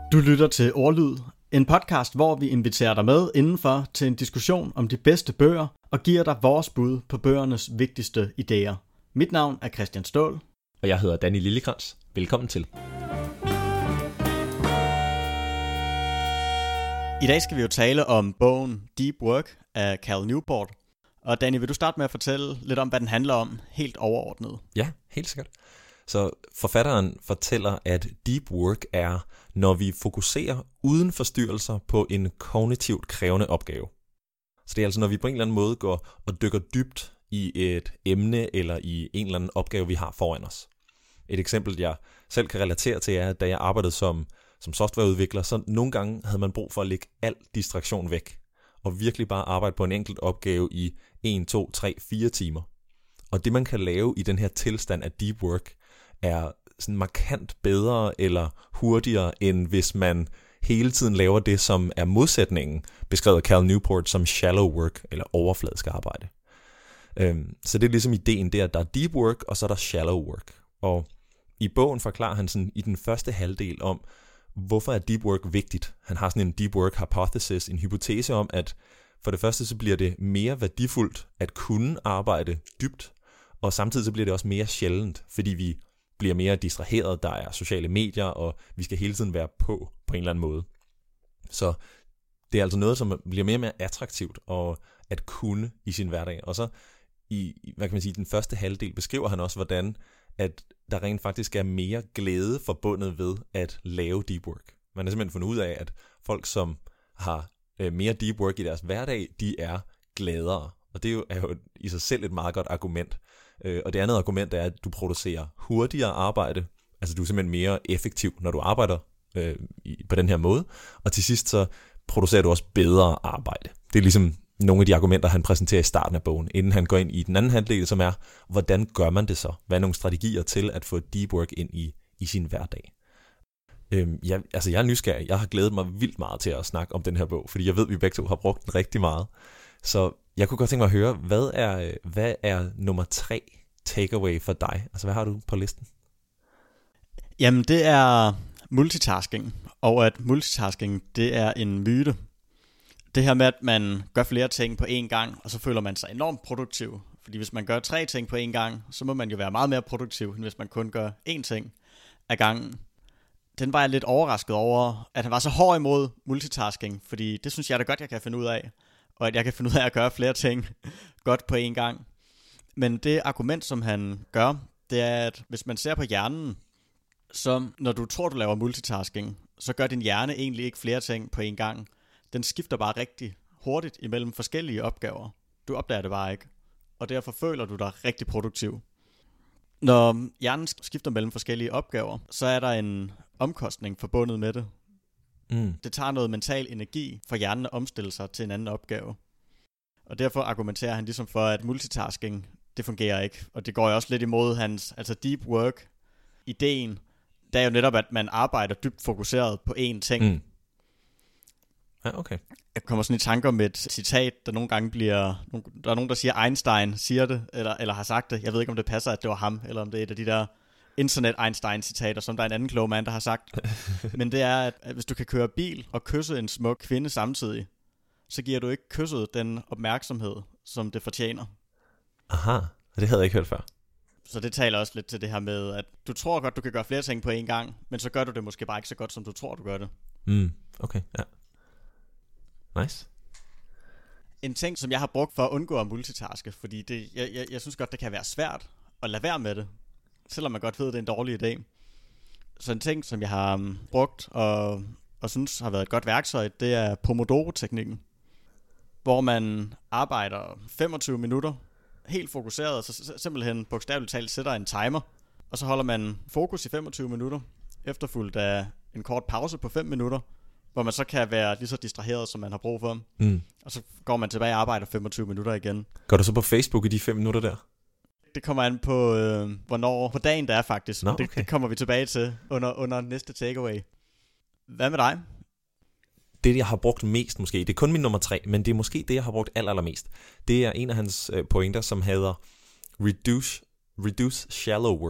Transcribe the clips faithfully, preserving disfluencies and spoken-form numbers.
Du lytter til Ordlyd, en podcast, hvor vi inviterer dig med indenfor til en diskussion om de bedste bøger og giver dig vores bud på bøgernes vigtigste idéer. Mit navn er Christian Ståhl. Og jeg hedder Danny Lillekrans. Velkommen til. I dag skal vi jo tale om bogen Deep Work af Cal Newport. Og Danny, vil du starte med at fortælle lidt om, hvad den handler om helt overordnet? Ja, helt sikkert. Så forfatteren fortæller, at deep work er, når vi fokuserer uden forstyrrelser på en kognitivt krævende opgave. Så det er altså, når vi på en eller anden måde går og dykker dybt i et emne eller i en eller anden opgave, vi har foran os. Et eksempel, jeg selv kan relatere til, er, at da jeg arbejdede som, som softwareudvikler, så nogle gange havde man brug for at lægge al distraktion væk, og virkelig bare arbejde på en enkelt opgave i en, to, tre, fire timer. Og det, man kan lave i den her tilstand af deep work, er sådan markant bedre eller hurtigere, end hvis man hele tiden laver det, som er modsætningen, beskrevet af Cal Newport som shallow work, eller overfladisk arbejde. Øhm, så det er ligesom ideen der, at der er deep work, og så er der shallow work. Og i bogen forklarer han sådan i den første halvdel om, hvorfor er deep work vigtigt. Han har sådan en deep work hypothesis, en hypotese om, at for det første så bliver det mere værdifuldt at kunne arbejde dybt, og samtidig så bliver det også mere sjældent, fordi vi bliver mere distraheret, der er sociale medier, og vi skal hele tiden være på, på en eller anden måde. Så det er altså noget, som bliver mere og mere attraktivt og at kunne i sin hverdag. Og så i, hvad kan man sige, den første halvdel beskriver han også, hvordan at der rent faktisk er mere glæde forbundet ved at lave deep work. Man har simpelthen fundet ud af, at folk, som har øh, mere deep work i deres hverdag, de er gladere. Og det er jo, er jo i sig selv et meget godt argument. Øh, og det andet argument er, at du producerer hurtigere arbejde. Altså du er simpelthen mere effektiv, når du arbejder øh, i, på den her måde. Og til sidst så producerer du også bedre arbejde. Det er ligesom nogle af de argumenter, han præsenterer i starten af bogen, inden han går ind i den anden halvdel, som er, hvordan gør man det så? Hvad er nogle strategier til at få deep work ind i, i sin hverdag? Øhm, jeg, altså jeg er nysgerrig. Jeg har glædet mig vildt meget til at snakke om den her bog, fordi jeg ved, at vi begge to har brugt den rigtig meget. Så jeg kunne godt tænke mig at høre, hvad er, hvad er nummer tre takeaway for dig? Altså hvad har du på listen? Jamen det er multitasking, og at multitasking det er en myte. Det her med, at man gør flere ting på én gang, og så føler man sig enormt produktiv. Fordi hvis man gør tre ting på én gang, så må man jo være meget mere produktiv, end hvis man kun gør én ting ad gangen. Den var jeg lidt overrasket over, at han var så hård imod multitasking, fordi det synes jeg da godt, jeg kan finde ud af. Og at jeg kan finde ud af at gøre flere ting godt på én gang. Men det argument, som han gør, det er, at hvis man ser på hjernen, så når du tror, du laver multitasking, så gør din hjerne egentlig ikke flere ting på én gang. Den skifter bare rigtig hurtigt imellem forskellige opgaver. Du opdager det bare ikke, og derfor føler du dig rigtig produktiv. Når hjernen skifter mellem forskellige opgaver, så er der en omkostning forbundet med det. Mm. Det tager noget mental energi for hjernen at omstille sig til en anden opgave. Og derfor argumenterer han ligesom for, at multitasking, det fungerer ikke. Og det går jo også lidt imod hans, altså deep work, ideen. Det er jo netop, at man arbejder dybt fokuseret på én ting. Mm. Ja, okay. Jeg kommer sådan i tanker med et citat, der nogle gange bliver, der er nogen, der siger, Einstein siger det, eller, eller har sagt det. Jeg ved ikke, om det passer, at det var ham, eller om det er et af de der internet-Einstein-citater, som der er en anden klog mand, der har sagt. Men det er, at, at hvis du kan køre bil og kysse en smuk kvinde samtidig, så giver du ikke kysset den opmærksomhed, som det fortjener. Aha, det havde jeg ikke hørt før. Så det taler også lidt til det her med, at du tror godt, du kan gøre flere ting på én gang, men så gør du det måske bare ikke så godt, som du tror, du gør det. Mm, okay, ja. Nice. En ting, som jeg har brugt for at undgå at multitaske, fordi det, jeg, jeg, jeg synes godt, det kan være svært at lade være med det, selvom man godt ved, at det er en dårlig idé. Så en ting, som jeg har um, brugt og, og synes har været et godt værktøj, det er Pomodoro-teknikken, hvor man arbejder femogtyve minutter helt fokuseret, så simpelthen bogstaveligt talt sætter en timer, og så holder man fokus i femogtyve minutter, efterfulgt af en kort pause på fem minutter, hvor man så kan være lige så distraheret, som man har brug for. Mm. Og så går man tilbage og arbejder femogtyve minutter igen. Går du så på Facebook i de fem minutter der? Det kommer an på, øh, hvornår på dagen der er faktisk. Nå, okay. det, det kommer vi tilbage til under, under næste takeaway. Hvad med dig? Det, jeg har brugt mest måske, det er kun min nummer tre, men det er måske det, jeg har brugt aller, allermest. Det er en af hans pointer, som hedder reduce, reduce shallow work.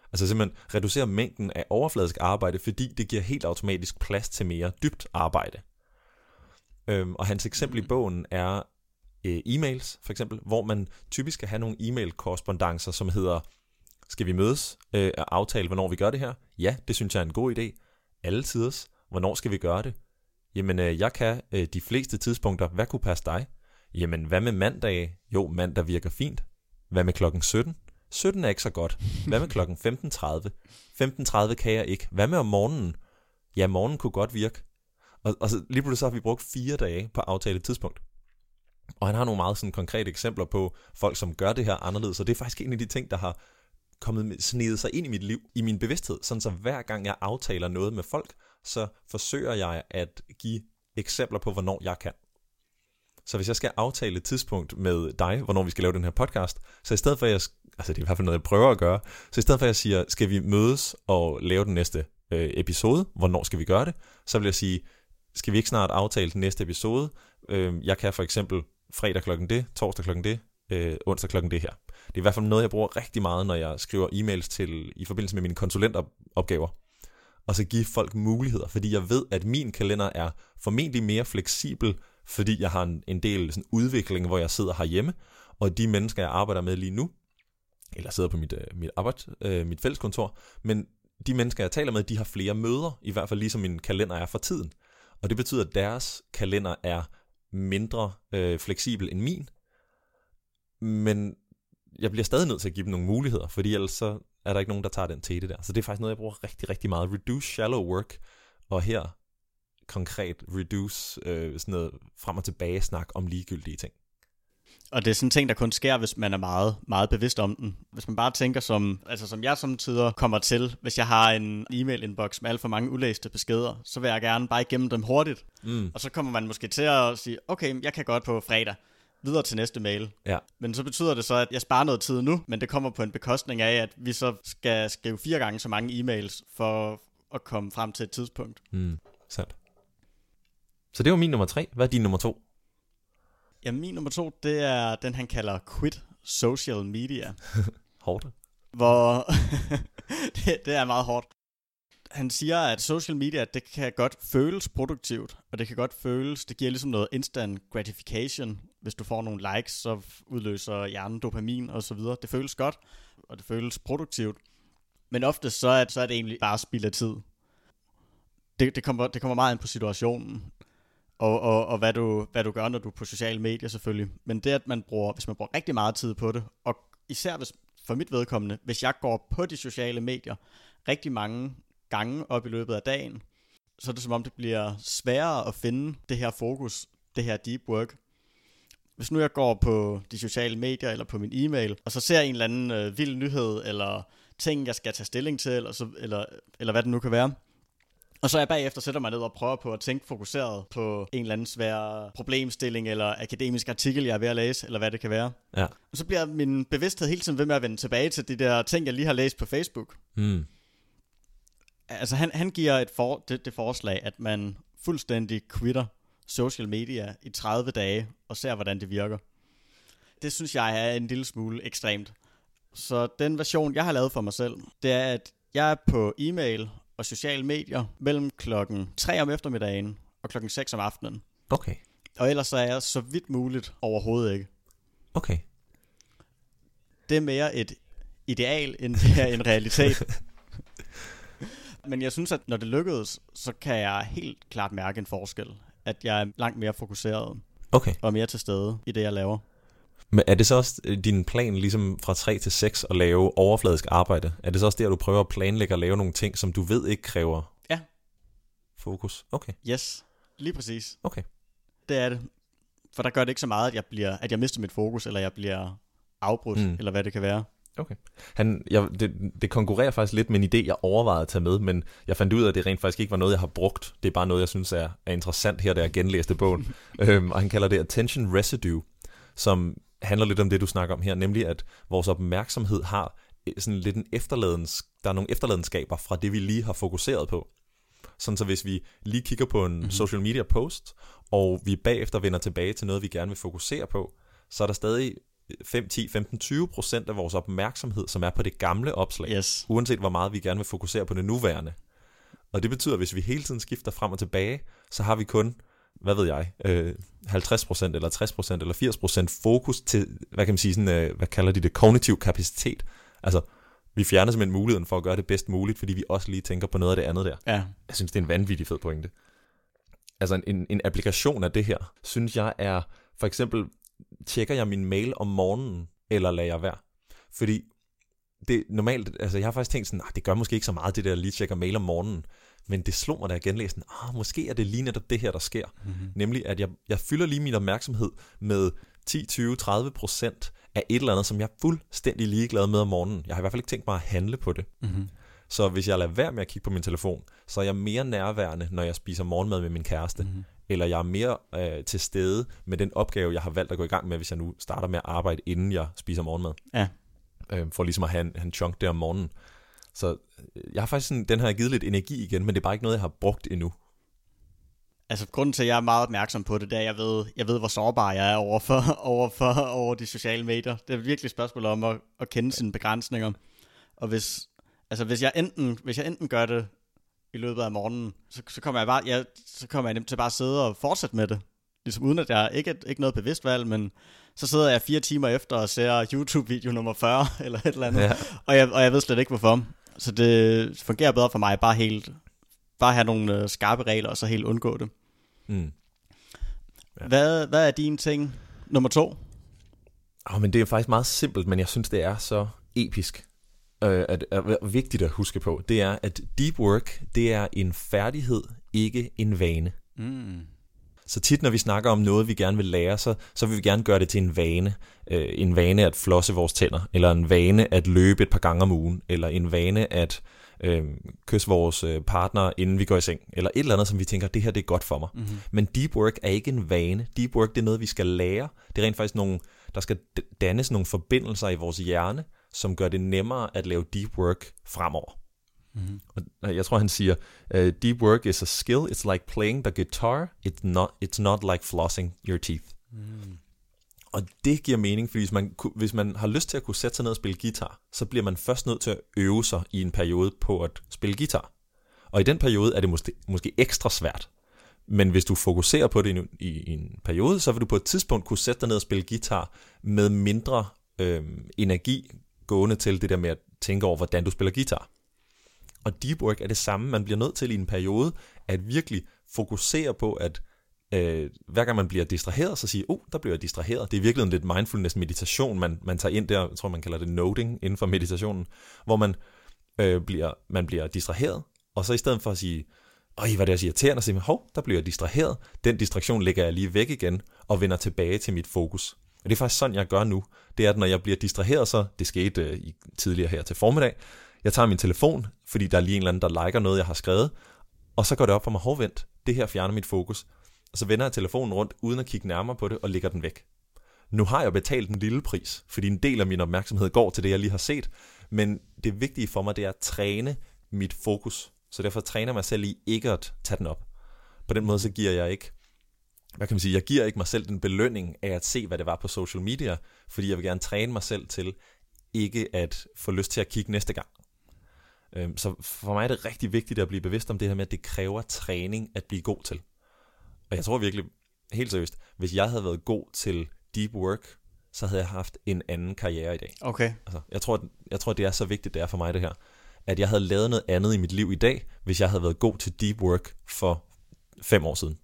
Altså simpelthen reducere mængden af overfladisk arbejde, fordi det giver helt automatisk plads til mere dybt arbejde. Øhm, og hans eksempel i bogen er øh, e-mails, for eksempel, hvor man typisk skal have nogle e-mail-korrespondancer, som hedder, skal vi mødes øh, og aftale, hvornår vi gør det her? Ja, det synes jeg er en god idé. Alle tiders. Hvornår skal vi gøre det? Jamen, øh, jeg kan øh, de fleste tidspunkter. Hvad kunne passe dig? Jamen, hvad med mandag? Jo, mandag virker fint. Hvad med klokken sytten? sytten er ikke så godt. Hvad med klokken femten tredive? femten tredive kan jeg ikke. Hvad med om morgenen? Ja, morgenen kunne godt virke. Og, og så, lige pludselig så har vi brugt fire dage på aftale tidspunkt. Og han har nogle meget sådan, konkrete eksempler på folk, som gør det her anderledes. Og det er faktisk en af de ting, der har kommet snedet sig ind i mit liv, i min bevidsthed. Sådan så hver gang jeg aftaler noget med folk, så forsøger jeg at give eksempler på, hvornår jeg kan. Så hvis jeg skal aftale et tidspunkt med dig, hvornår vi skal lave den her podcast, så i stedet for at jeg, altså det er i hvert fald noget, jeg prøver at gøre, så i stedet for at jeg siger, skal vi mødes og lave den næste øh, episode, hvornår skal vi gøre det, så vil jeg sige, skal vi ikke snart aftale den næste episode? Øh, jeg kan for eksempel fredag klokken det, torsdag klokken det, øh, onsdag klokken det her. Det er i hvert fald noget, jeg bruger rigtig meget, når jeg skriver e-mails til, i forbindelse med mine konsulentopgaver. Og så give folk muligheder, fordi jeg ved, at min kalender er formentlig mere fleksibel, fordi jeg har en, en del sådan, udvikling, hvor jeg sidder herhjemme, og de mennesker, jeg arbejder med lige nu, eller sidder på mit, mit arbejde, øh, mit fælleskontor, men de mennesker, jeg taler med, de har flere møder, i hvert fald ligesom min kalender er for tiden. Og det betyder, at deres kalender er mindre øh, fleksibel end min, men jeg bliver stadig nødt til at give dem nogle muligheder, fordi ellers så er der ikke nogen, der tager den tete der. Så det er faktisk noget, jeg bruger rigtig, rigtig meget. Reduce shallow work, og her konkret reduce øh, sådan noget frem og tilbage snak om ligegyldige ting. Og det er sådan en ting, der kun sker, hvis man er meget, meget bevidst om den. Hvis man bare tænker som, altså som jeg samtidig kommer til, hvis jeg har en e-mail-inbox med alt for mange ulæste beskeder, så vil jeg gerne bare igennem dem hurtigt. Mm. Og så kommer man måske til at sige, okay, jeg kan godt på fredag videre til næste mail. Ja. Men så betyder det så, at jeg sparer noget tid nu, men det kommer på en bekostning af, at vi så skal skrive fire gange så mange e-mails for at komme frem til et tidspunkt. Mm. Sandt. Så det var min nummer tre. Hvad er din nummer to? Ja, min nummer to, det er den, han kalder Quit Social Media. Hårdt. Hvor det, det er meget hårdt. Han siger, at social media, det kan godt føles produktivt, og det kan godt føles, det giver ligesom noget instant gratification. Hvis du får nogle likes, så udløser hjernen dopamin og så videre. Det føles godt, og det føles produktivt. Men ofte så er, så er det egentlig bare spild af tid. Det, det, kommer, det kommer meget ind på situationen. Og, og, og hvad, du, hvad du gør, når du er på sociale medier selvfølgelig. Men det, at man bruger, hvis man bruger rigtig meget tid på det, og især hvis, for mit vedkommende, hvis jeg går på de sociale medier rigtig mange gange op i løbet af dagen, så er det som om, det bliver sværere at finde det her fokus, det her deep work. Hvis nu jeg går på de sociale medier eller på min e-mail, og så ser jeg en eller anden øh, vild nyhed, eller ting, jeg skal tage stilling til, eller, så, eller, eller hvad det nu kan være, og så er jeg bagefter sætter mig ned og prøver på at tænke fokuseret på en eller anden svær problemstilling, eller akademisk artikel, jeg er ved at læse, eller hvad det kan være. Ja. Og så bliver min bevidsthed hele tiden ved med at vende tilbage til de der ting, jeg lige har læst på Facebook. Mm. Altså han, han giver et for, det, det forslag, at man fuldstændig quitter social media i tredive dage, og ser, hvordan det virker. Det synes jeg er en lille smule ekstremt. Så den version, jeg har lavet for mig selv, det er, at jeg er på e-mail og sociale medier mellem klokken tre om eftermiddagen og klokken seks om aftenen. Okay. Og ellers så er jeg så vidt muligt overhovedet ikke. Okay. Det er mere et ideal, end det er en realitet. Men jeg synes, at når det lykkedes, så kan jeg helt klart mærke en forskel. At jeg er langt mere fokuseret. Okay. Og mere til stede i det, jeg laver. Men er det så også din plan ligesom fra tre til seks at lave overfladisk arbejde? Er det så også der, du prøver at planlægge at lave nogle ting, som du ved ikke kræver ja. fokus? Okay. Yes, lige præcis. Okay. Det er det. For der gør det ikke så meget, at jeg, bliver, at jeg mister mit fokus, eller jeg bliver afbrudt, mm. eller hvad det kan være. Okay. Han, jeg, det, det konkurrerer faktisk lidt med en idé, jeg overvejede at tage med, men jeg fandt ud af, at det rent faktisk ikke var noget, jeg har brugt. Det er bare noget, jeg synes er, er interessant her, da jeg genlæste bogen. øhm, og han kalder det attention residue, som handler lidt om det, du snakker om her, nemlig at vores opmærksomhed har sådan lidt en efterladens, der er nogle efterladenskaber fra det, vi lige har fokuseret på. Sådan så hvis vi lige kigger på en mm-hmm. social media post, og vi bagefter vender tilbage til noget, vi gerne vil fokusere på, så er der stadig fem, ti, femten, tyve procent af vores opmærksomhed, som er på det gamle opslag, yes. uanset hvor meget vi gerne vil fokusere på det nuværende. Og det betyder, at hvis vi hele tiden skifter frem og tilbage, så har vi kun, hvad ved jeg, øh, halvtreds procent eller tres procent eller firs procent fokus til, hvad kan man sige, sådan, øh, hvad kalder de det, kognitiv kapacitet. Altså, vi fjerner simpelthen muligheden for at gøre det bedst muligt, fordi vi også lige tænker på noget af det andet der. Ja. Jeg synes, det er en vanvittig fed pointe. Altså, en, en applikation af det her, synes jeg er, for eksempel, tjekker jeg min mail om morgenen, eller lader jeg være? Fordi det normalt, altså jeg har faktisk tænkt sådan, nah, det gør måske ikke så meget, det der lige tjekker mail om morgenen, men det slog mig, da jeg genlæste den, ah, måske er det lige netop det her, der sker. Mm-hmm. Nemlig, at jeg, jeg fylder lige min opmærksomhed med ti, tyve, tredive procent af et eller andet, som jeg er fuldstændig ligeglad med om morgenen. Jeg har i hvert fald ikke tænkt mig at handle på det. Mm-hmm. Så hvis jeg lader være med at kigge på min telefon, så er jeg mere nærværende, når jeg spiser morgenmad med min kæreste. Mm-hmm. Eller jeg er mere øh, til stede med den opgave, jeg har valgt at gå i gang med, hvis jeg nu starter med at arbejde, inden jeg spiser morgenmad. Ja. Øh, for ligesom at have en, have en chunk der om morgenen. Så jeg har faktisk sådan, den har givet lidt energi igen, men det er bare ikke noget, jeg har brugt endnu. Altså grunden til, at jeg er meget opmærksom på det, det er, at jeg ved, jeg ved hvor sårbar jeg er over for, over for over de sociale medier. Det er virkelig et spørgsmål om at, at kende sine begrænsninger. Og hvis, altså hvis jeg enten, hvis jeg enten gør det i løbet af morgenen, så, så kommer jeg bare, ja, så kommer jeg nemt til bare at sidde og fortsætte med det. Ligesom uden at jeg ikke ikke noget bevidst valg, men så sidder jeg fire timer efter og ser YouTube-video nummer fyrre eller et eller andet, ja. og, jeg, og jeg ved slet ikke hvorfor. Så det fungerer bedre for mig bare helt, bare have nogle øh, skarpe regler og så helt undgå det. Mm. Ja. Hvad, hvad er din ting nummer to? Oh, men det er faktisk meget simpelt, men jeg synes det er så episk. Øh, at, at, at vigtigt at huske på, det er, at deep work, det er en færdighed, ikke en vane. Mm. Så tit, når vi snakker om noget, vi gerne vil lære, så, så vil vi gerne gøre det til en vane. Øh, en vane at flosse vores tænder, eller en vane at løbe et par gange om ugen, eller en vane at øh, kysse vores partner, inden vi går i seng, eller et eller andet, som vi tænker, det her det er godt for mig. Mm-hmm. Men deep work er ikke en vane. Deep work, det er noget, vi skal lære. Det er rent faktisk nogle, der skal dannes nogle forbindelser i vores hjerne, som gør det nemmere at lave deep work fremover. Mm-hmm. Og jeg tror, han siger, uh, deep work is a skill, it's like playing the guitar, it's not, it's not like flossing your teeth. Mm. Og det giver mening, fordi hvis man, hvis man har lyst til at kunne sætte sig ned og spille guitar, så bliver man først nødt til at øve sig i en periode på at spille guitar. Og i den periode er det måske, måske ekstra svært. Men hvis du fokuserer på det i, i, i en periode, så vil du på et tidspunkt kunne sætte dig ned og spille guitar med mindre øh, energi gående til det der med at tænke over, hvordan du spiller guitar. Og deep work er det samme. Man bliver nødt til i en periode at virkelig fokusere på, at øh, hver gang man bliver distraheret, så sige, oh, der bliver jeg distraheret. Det er virkelig en lidt mindfulness-meditation, man, man tager ind der, jeg tror man kalder det noting inden for meditationen, hvor man, øh, bliver, man bliver distraheret, og så i stedet for at sige, øj, hvad det er så irriterende, så siger man, hov, der bliver jeg distraheret. Den distraktion lægger jeg lige væk igen, og vender tilbage til mit fokus. Og det er faktisk sådan, jeg gør nu. Det er, at når jeg bliver distraheret, så det skete øh, tidligere her til formiddag, jeg tager min telefon, fordi der er lige en eller anden, der liker noget, jeg har skrevet, og så går det op for mig, hov, vent, det her fjerner mit fokus. Og så vender jeg telefonen rundt, uden at kigge nærmere på det, og lægger den væk. Nu har jeg betalt en lille pris, fordi en del af min opmærksomhed går til det, jeg lige har set, men det vigtige for mig, det er at træne mit fokus. Så derfor træner jeg mig selv i ikke at tage den op. På den måde, så giver jeg ikke, hvad kan man sige, jeg giver ikke mig selv den belønning af at se, hvad det var på social media, fordi jeg vil gerne træne mig selv til ikke at få lyst til at kigge næste gang. Så for mig er det rigtig vigtigt at blive bevidst om det her med, at det kræver træning at blive god til. Og jeg tror virkelig, helt seriøst, hvis jeg havde været god til deep work, så havde jeg haft en anden karriere i dag. Okay. Altså, jeg tror, jeg tror, det er så vigtigt, det er for mig det her, at jeg havde lavet noget andet i mit liv i dag, hvis jeg havde været god til deep work for fem år siden.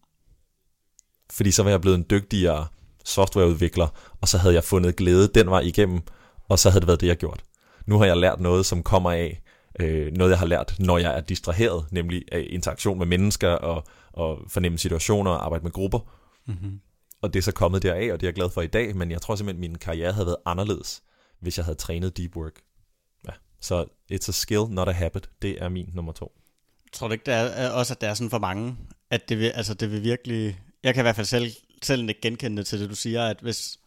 Fordi så var jeg blevet en dygtigere softwareudvikler, og så havde jeg fundet glæde den vej igennem, og så havde det været det, jeg gjort. Nu har jeg lært noget, som kommer af øh, noget, jeg har lært, når jeg er distraheret, nemlig af interaktion med mennesker, og, og fornemme situationer, og arbejde med grupper. Mm-hmm. Og det er så kommet deraf, og det er jeg glad for i dag, men jeg tror simpelthen, at min karriere havde været anderledes, hvis jeg havde trænet deep work. Ja. Så it's a skill, not a habit. Det er min nummer to. Tror du ikke, det er også, at det er sådan for mange, at det vil, altså det vil virkelig... Jeg kan i hvert fald selv, selv ikke genkende det til det, du siger, at hvis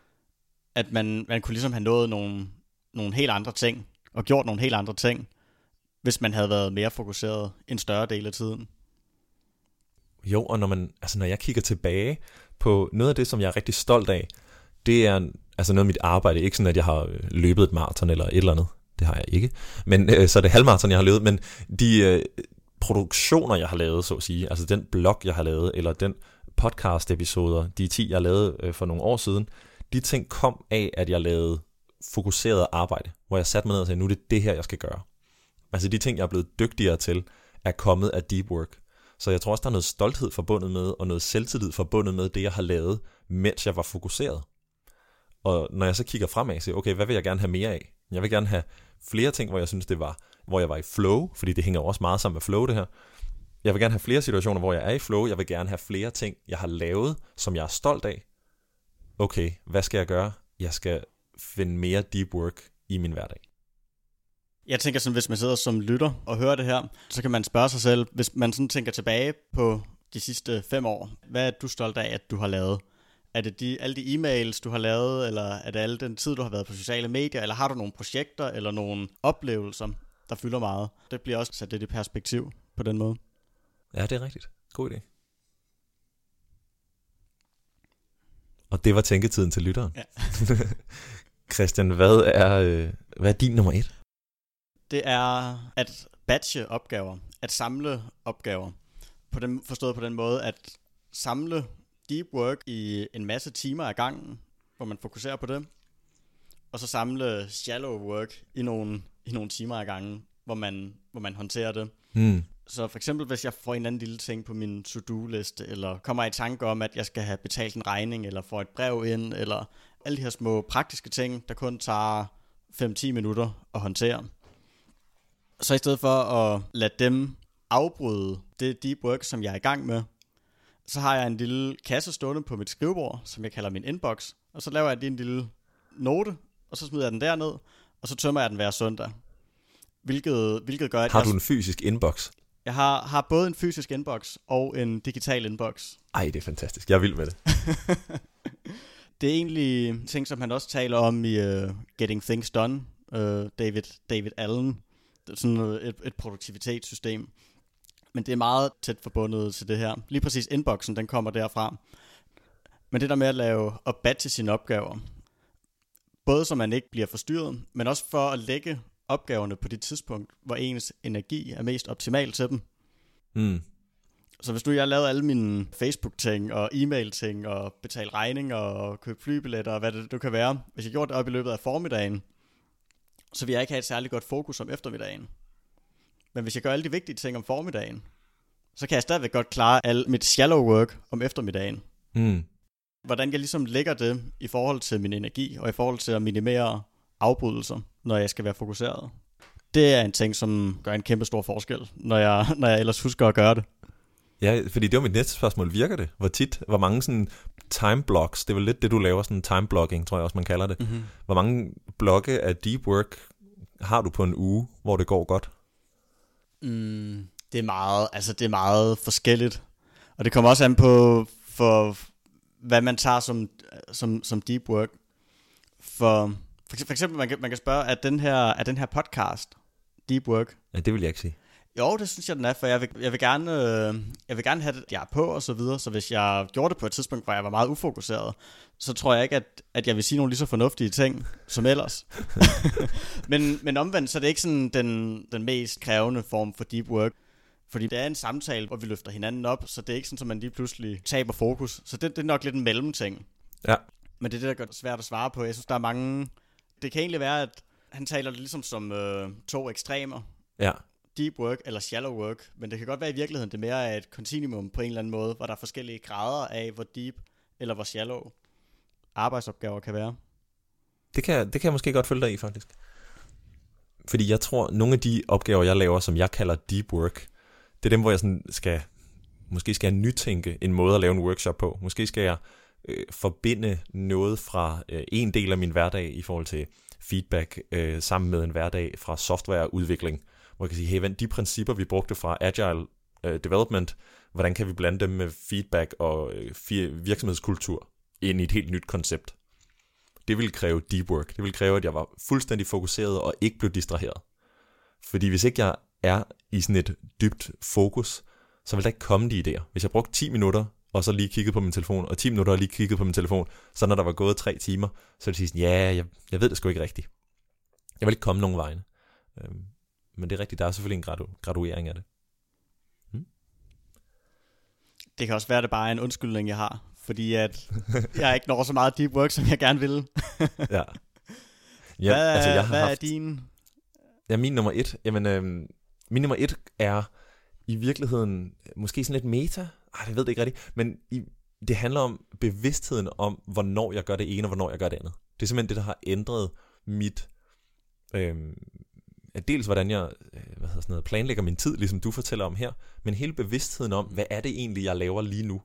at man, man kunne ligesom have nået nogle, nogle helt andre ting, og gjort nogle helt andre ting, hvis man havde været mere fokuseret en større del af tiden. Jo, og når, man, altså når jeg kigger tilbage på noget af det, som jeg er rigtig stolt af, det er altså noget af mit arbejde. Ikke sådan, at jeg har løbet et maraton eller et eller andet. Det har jeg ikke. Men øh, så er det halvmaraton, jeg har løbet. Men de øh, produktioner, jeg har lavet, så at sige, altså den blog, jeg har lavet, eller den podcast-episoder, de ti, jeg lavede øh, for nogle år siden, de ting kom af, at jeg lavede fokuseret arbejde, hvor jeg satte mig ned og sagde, nu er det det her, jeg skal gøre. Altså de ting, jeg er blevet dygtigere til, er kommet af deep work. Så jeg tror også, der er noget stolthed forbundet med, og noget selvtillid forbundet med det, jeg har lavet, mens jeg var fokuseret. Og når jeg så kigger fremad og siger, okay, hvad vil jeg gerne have mere af? Jeg vil gerne have flere ting, hvor jeg synes, det var, hvor jeg var i flow, fordi det hænger også meget sammen med flow, det her. Jeg vil gerne have flere situationer, hvor jeg er i flow. Jeg vil gerne have flere ting, jeg har lavet, som jeg er stolt af. Okay, hvad skal jeg gøre? Jeg skal finde mere deep work i min hverdag. Jeg tænker sådan, hvis man sidder som lytter og hører det her, så kan man spørge sig selv, hvis man sådan tænker tilbage på de sidste fem år, hvad er du stolt af, at du har lavet? Er det de, alle de e-mails, du har lavet, eller er det alle den tid, du har været på sociale medier, eller har du nogle projekter eller nogle oplevelser, der fylder meget? Det bliver også sat lidt i perspektiv på den måde. Ja, det er rigtigt. God idé. Og det var tænketiden til lytteren. Ja. Christian, hvad er, øh, hvad er din nummer et? Det er at batche opgaver, at samle opgaver. På den, forstået på den måde, at samle deep work i en masse timer ad gangen, hvor man fokuserer på det, og så samle shallow work i nogle, i nogle timer ad gangen, hvor man, hvor man håndterer det. Hmm. Så for eksempel, hvis jeg får en anden lille ting på min to-do-liste, eller kommer i tanke om, at jeg skal have betalt en regning, eller får et brev ind, eller alle de her små praktiske ting, der kun tager fem til ti minutter at håndtere. Så i stedet for at lade dem afbryde det deep work, som jeg er i gang med, så har jeg en lille kasse stående på mit skrivebord, som jeg kalder min inbox, og så laver jeg lige en lille note, og så smider jeg den derned, og så tømmer jeg den hver søndag. Hvilket, hvilket gør, at har jeg... du en fysisk inbox? Jeg har, har både en fysisk inbox og en digital inbox. Ej, det er fantastisk. Jeg er vild med det. Det er egentlig ting, som han også taler om i uh, Getting Things Done, uh, David, David Allen. Det er sådan et, et produktivitetssystem. Men det er meget tæt forbundet til det her. Lige præcis inboxen, den kommer derfra. Men det der med at lave og batche sine opgaver, både så man ikke bliver forstyrret, men også for at lægge opgaverne på det tidspunkt, hvor ens energi er mest optimal til dem. Mm. Så hvis du jeg lavede alle mine Facebook-ting og e-mail-ting og betale regninger og købe flybilletter og hvad det du kan være, hvis jeg gjorde det op i løbet af formiddagen, så vil jeg ikke have et særligt godt fokus om eftermiddagen. Men hvis jeg gør alle de vigtige ting om formiddagen, så kan jeg stadigvæk godt klare al mit shallow work om eftermiddagen. Mm. Hvordan jeg ligesom lægger det i forhold til min energi og i forhold til at minimere afbrydelser, når jeg skal være fokuseret. Det er en ting, som gør en kæmpe stor forskel, når jeg, når jeg ellers husker at gøre det. Ja, fordi det var mit næste spørgsmål. Virker det? Hvor tit? Hvor mange sådan time blocks? Det er vel lidt det, du laver, sådan time blocking, tror jeg også, man kalder det. Mm-hmm. Hvor mange blokke af deep work har du på en uge, hvor det går godt? Mm, det er meget, altså det er meget forskelligt. Og det kommer også an på, for hvad man tager som, som, som deep work. For, for eksempel, man kan, man kan spørge, er den her, er den her podcast deep work? Ja, det vil jeg ikke sige. Jo, det synes jeg, den er, for jeg vil, jeg vil gerne, øh, jeg vil gerne have det, jeg er på og så videre, så hvis jeg gjorde det på et tidspunkt, hvor jeg var meget ufokuseret, så tror jeg ikke, at, at jeg vil sige nogle lige så fornuftige ting, som ellers. men, men omvendt, så er det ikke sådan den, den mest krævende form for deep work, fordi det er en samtale, hvor vi løfter hinanden op, så det er ikke sådan, at man lige pludselig taber fokus, så det, det er nok lidt en mellemting. Ja. Men det er det, der gør det svært at svare på. Jeg synes, der er mange, det kan egentlig være, at han taler det ligesom som øh, to ekstremer. Ja. Deep work eller shallow work, men det kan godt være i virkeligheden, det mere er et kontinuum på en eller anden måde, hvor der er forskellige grader af, hvor deep eller hvor shallow arbejdsopgaver kan være. Det kan, det kan jeg måske godt følge dig i, faktisk. Fordi jeg tror, nogle af de opgaver, jeg laver, som jeg kalder deep work, det er dem, hvor jeg sådan skal, måske skal jeg nytænke en måde at lave en workshop på. Måske skal jeg øh, forbinde noget fra øh, en del af min hverdag i forhold til feedback, øh, sammen med en hverdag fra softwareudvikling, hvor jeg kan sige, hey, vent, de principper, vi brugte fra Agile uh, Development, hvordan kan vi blande dem med feedback og uh, virksomhedskultur ind i et helt nyt koncept? Det ville kræve deep work. Det ville kræve, at jeg var fuldstændig fokuseret og ikke blev distraheret. Fordi hvis ikke jeg er i sådan et dybt fokus, så vil der ikke komme de idéer. Hvis jeg brugte ti minutter og så lige kigget på min telefon, og ti minutter og lige kigget på min telefon, så når der var gået tre timer, så ville jeg sige, ja, jeg, jeg ved det sgu ikke rigtigt. Jeg vil ikke komme nogen vegne. Øhm, men det er rigtigt, der er selvfølgelig en gradu- graduering af det. Hmm? Det kan også være, at det bare er en undskyldning, jeg har, fordi at jeg ikke når så meget deep work, som jeg gerne vil. ja. Ja, hvad altså, jeg har hvad haft... er din? Ja, min nummer et. Jamen, øhm, min nummer et er i virkeligheden måske sådan lidt meta. Ej, jeg ved det ikke rigtigt. Men i, det handler om bevidstheden om, hvornår jeg gør det ene, og hvornår jeg gør det andet. Det er simpelthen det, der har ændret mit... Øhm, dels hvordan jeg hvad hedder sådan noget, planlægger min tid, ligesom du fortæller om her, men hele bevidstheden om, hvad er det egentlig, jeg laver lige nu.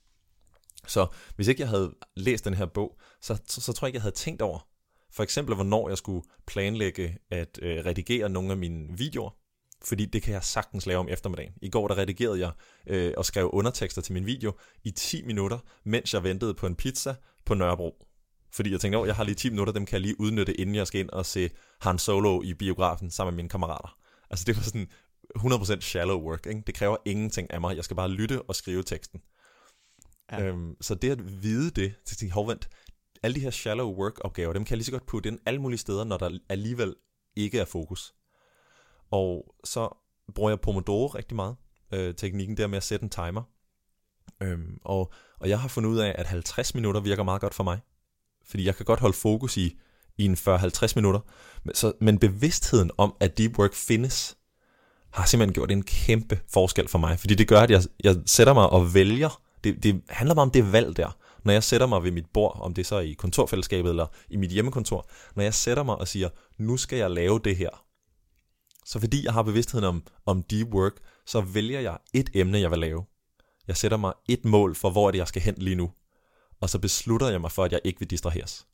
Så hvis ikke jeg havde læst den her bog, så, så, så tror jeg ikke, jeg havde tænkt over, for eksempel hvornår jeg skulle planlægge at øh, redigere nogle af mine videoer, fordi det kan jeg sagtens lave om eftermiddagen. I går der redigerede jeg øh, og skrev undertekster til min video i ti minutter, mens jeg ventede på en pizza på Nørrebro. Fordi jeg tænkte, at jeg har lige ti minutter, dem kan jeg lige udnytte, inden jeg skal ind og se Han Solo i biografen sammen med mine kammerater. Altså det var sådan hundrede procent shallow work, ikke? Det kræver ingenting af mig. Jeg skal bare lytte og skrive teksten. Ja. Øhm, så det at vide det, til at sige, hovvendt, alle de her shallow work opgaver, dem kan jeg lige så godt putte ind alle mulige steder, når der alligevel ikke er fokus. Og så bruger jeg Pomodoro rigtig meget. Øh, teknikken der med at sætte en timer. Øhm, og, og jeg har fundet ud af, at halvtreds minutter virker meget godt for mig. Fordi jeg kan godt holde fokus i, i en fyrre til halvtreds minutter. Men, så, men bevidstheden om, at deep work findes, har simpelthen gjort en kæmpe forskel for mig. Fordi det gør, at jeg, jeg sætter mig og vælger. Det, det handler meget om det valg der. Når jeg sætter mig ved mit bord, om det så er i kontorfællesskabet eller i mit hjemmekontor. Når jeg sætter mig og siger, nu skal jeg lave det her. Så fordi jeg har bevidstheden om, om deep work, så vælger jeg et emne, jeg vil lave. Jeg sætter mig et mål for, hvor det jeg skal hen lige nu. Og så beslutter jeg mig for, at jeg ikke vil distraheres.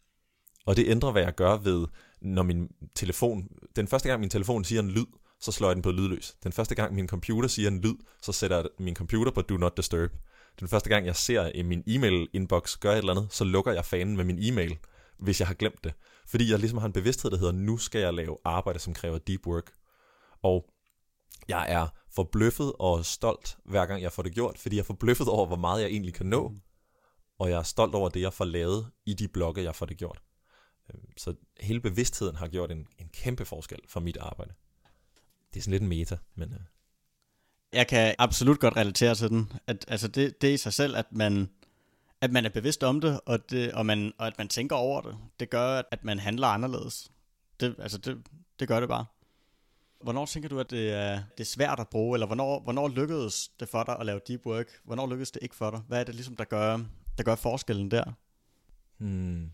Og det ændrer, hvad jeg gør ved, når min telefon... Den første gang, min telefon siger en lyd, så slår jeg den på lydløs. Den første gang, min computer siger en lyd, så sætter jeg min computer på Do Not Disturb. Den første gang, jeg ser i min e-mail-inbox gør et eller andet, så lukker jeg fanen med min e-mail, hvis jeg har glemt det. Fordi jeg ligesom har en bevidsthed, der hedder, nu skal jeg lave arbejde, som kræver deep work. Og jeg er forbløffet og stolt, hver gang jeg får det gjort, fordi jeg er forbløffet over, hvor meget jeg egentlig kan nå. Og jeg er stolt over det, jeg får lavet i de blokke, jeg får det gjort. Så hele bevidstheden har gjort en, en kæmpe forskel for mit arbejde. Det er sådan lidt en meta, men... Uh... Jeg kan absolut godt relatere til den. At, altså det, det er i sig selv, at man, at man er bevidst om det, og, det og, man, og at man tænker over det. Det gør, at man handler anderledes. Det, altså det, det gør det bare. Hvornår tænker du, at det er, det er svært at bruge, eller hvornår, hvornår lykkedes det for dig at lave deep work? Hvornår lykkedes det ikke for dig? Hvad er det ligesom, der gør, der gør forskellen der? Hmm.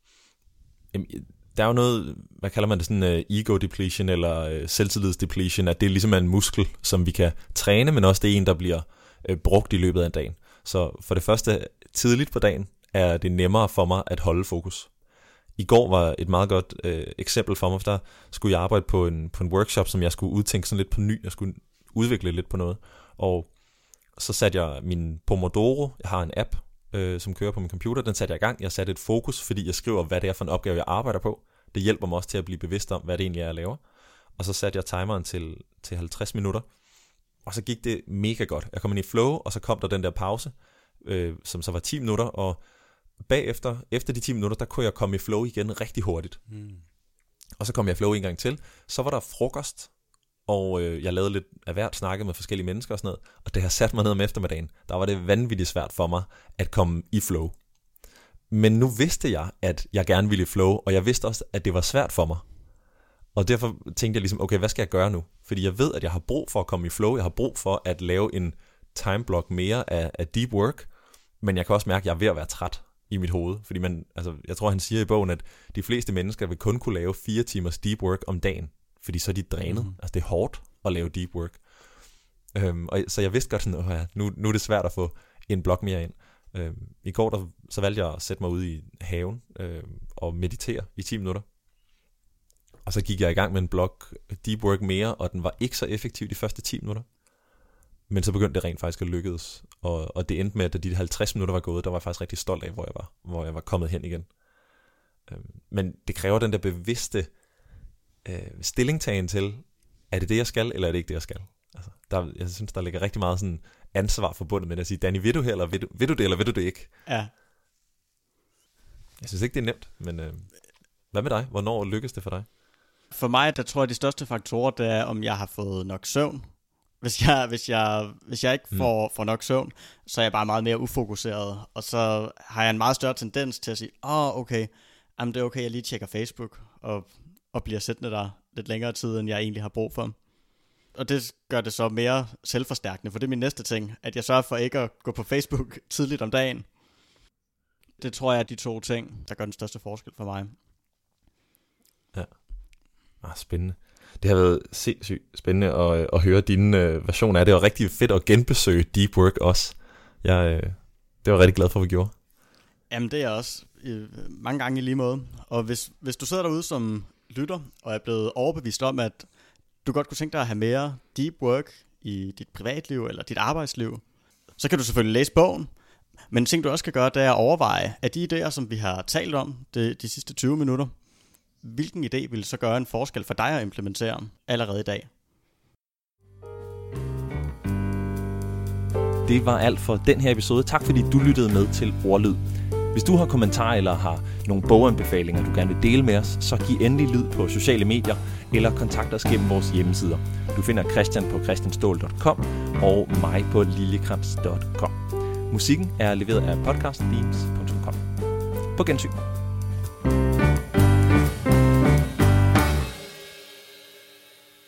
Jamen, der er jo noget, hvad kalder man det, sådan uh, ego depletion, eller uh, selvtillids depletion, at det ligesom er en muskel, som vi kan træne, men også det er en, der bliver uh, brugt i løbet af dagen. Så for det første, tidligt på dagen, er det nemmere for mig at holde fokus. I går var et meget godt øh, eksempel for mig, for der skulle jeg arbejde på en, på en workshop, som jeg skulle udtænke sådan lidt på ny. Jeg skulle udvikle lidt på noget. Og så satte jeg min Pomodoro, jeg har en app, øh, som kører på min computer, den satte jeg i gang. Jeg satte et fokus, fordi jeg skriver, hvad det er for en opgave, jeg arbejder på. Det hjælper mig også til at blive bevidst om, hvad det egentlig er, jeg laver. Og så satte jeg timeren til, til halvtreds minutter. Og så gik det mega godt. Jeg kom ind i flow, og så kom der den der pause, øh, som så var ti minutter, og bagefter, efter de ti minutter, der kunne jeg komme i flow igen rigtig hurtigt. Mm. Og så kom jeg i flow en gang til. Så var der frokost, og øh, jeg lavede lidt af hvert, snakkede med forskellige mennesker og sådan noget. Og det har sat mig ned om eftermiddagen. Der var det vanvittigt svært for mig at komme i flow. Men nu vidste jeg, at jeg gerne ville i flow, og jeg vidste også, at det var svært for mig. Og derfor tænkte jeg ligesom, okay, hvad skal jeg gøre nu? Fordi jeg ved, at jeg har brug for at komme i flow. Jeg har brug for at lave en timeblock mere af, af deep work. Men jeg kan også mærke, at jeg er ved at være træt i mit hoved. Fordi man, altså, jeg tror, han siger i bogen, at de fleste mennesker vil kun kunne lave fire timers deep work om dagen. Fordi så er de drænet. Mm. Altså det er hårdt at lave deep work. Øhm, og så jeg vidste godt sådan, åh ja, nu, nu er det svært at få en blok mere ind. Øhm, I går der, så valgte jeg at sætte mig ud i haven øhm, og meditere i ti minutter. Og så gik jeg i gang med en blok deep work mere, og den var ikke så effektiv de første ti minutter. Men så begyndte det rent faktisk at lykkedes. Og, og det endte med, at da de halvtreds minutter var gået, der var jeg faktisk rigtig stolt af, hvor jeg var, hvor jeg var kommet hen igen. Øhm, men det kræver den der bevidste øh, stillingtagen til, er det det, jeg skal, eller er det ikke det, jeg skal? Altså, der, jeg synes, der ligger rigtig meget sådan ansvar forbundet med det at sige, Danny, vil du her, eller vil du, vil du det, eller vil du det ikke? Ja. Jeg synes ikke, det er nemt, men øh, hvad med dig? Hvornår lykkes det for dig? For mig, der tror jeg, de største faktorer, det er, om jeg har fået nok søvn. Hvis jeg, hvis jeg, hvis jeg ikke får, mm. får nok søvn, så er jeg bare meget mere ufokuseret, og så har jeg en meget større tendens til at sige, åh, oh, okay, jamen det er okay, jeg lige tjekker Facebook, og, og bliver siddende der lidt længere tid, end jeg egentlig har brug for. Og det gør det så mere selvforstærkende, for det er min næste ting, at jeg sørger for ikke at gå på Facebook tidligt om dagen. Det tror jeg er de to ting, der gør den største forskel for mig. Ja, ah, spændende. Det har været sindssygt spændende at, at høre din øh, version af det, og rigtig fedt at genbesøge Deep Work også. Jeg, øh, det var jeg rigtig glad for, at vi gjorde. Jamen det er jeg også. Mange gange i lige måde. Og hvis, hvis du sidder derude som lytter, og er blevet overbevist om, at du godt kunne tænke dig at have mere deep work i dit privatliv eller dit arbejdsliv, så kan du selvfølgelig læse bogen. Men en ting du også kan gøre, det er at overveje, at de idéer, som vi har talt om de, de sidste tyve minutter, hvilken idé vil så gøre en forskel for dig at implementere allerede i dag? Det var alt for den her episode. Tak fordi du lyttede med til Ordlyd. Hvis du har kommentarer eller har nogle boganbefalinger, du gerne vil dele med os, så giv endelig lyd på sociale medier eller kontakt os gennem vores hjemmesider. Du finder Christian på christianstål punktum com og mig på liljekrans punktum com. Musikken er leveret af podcast themes punktum com. På gensyn.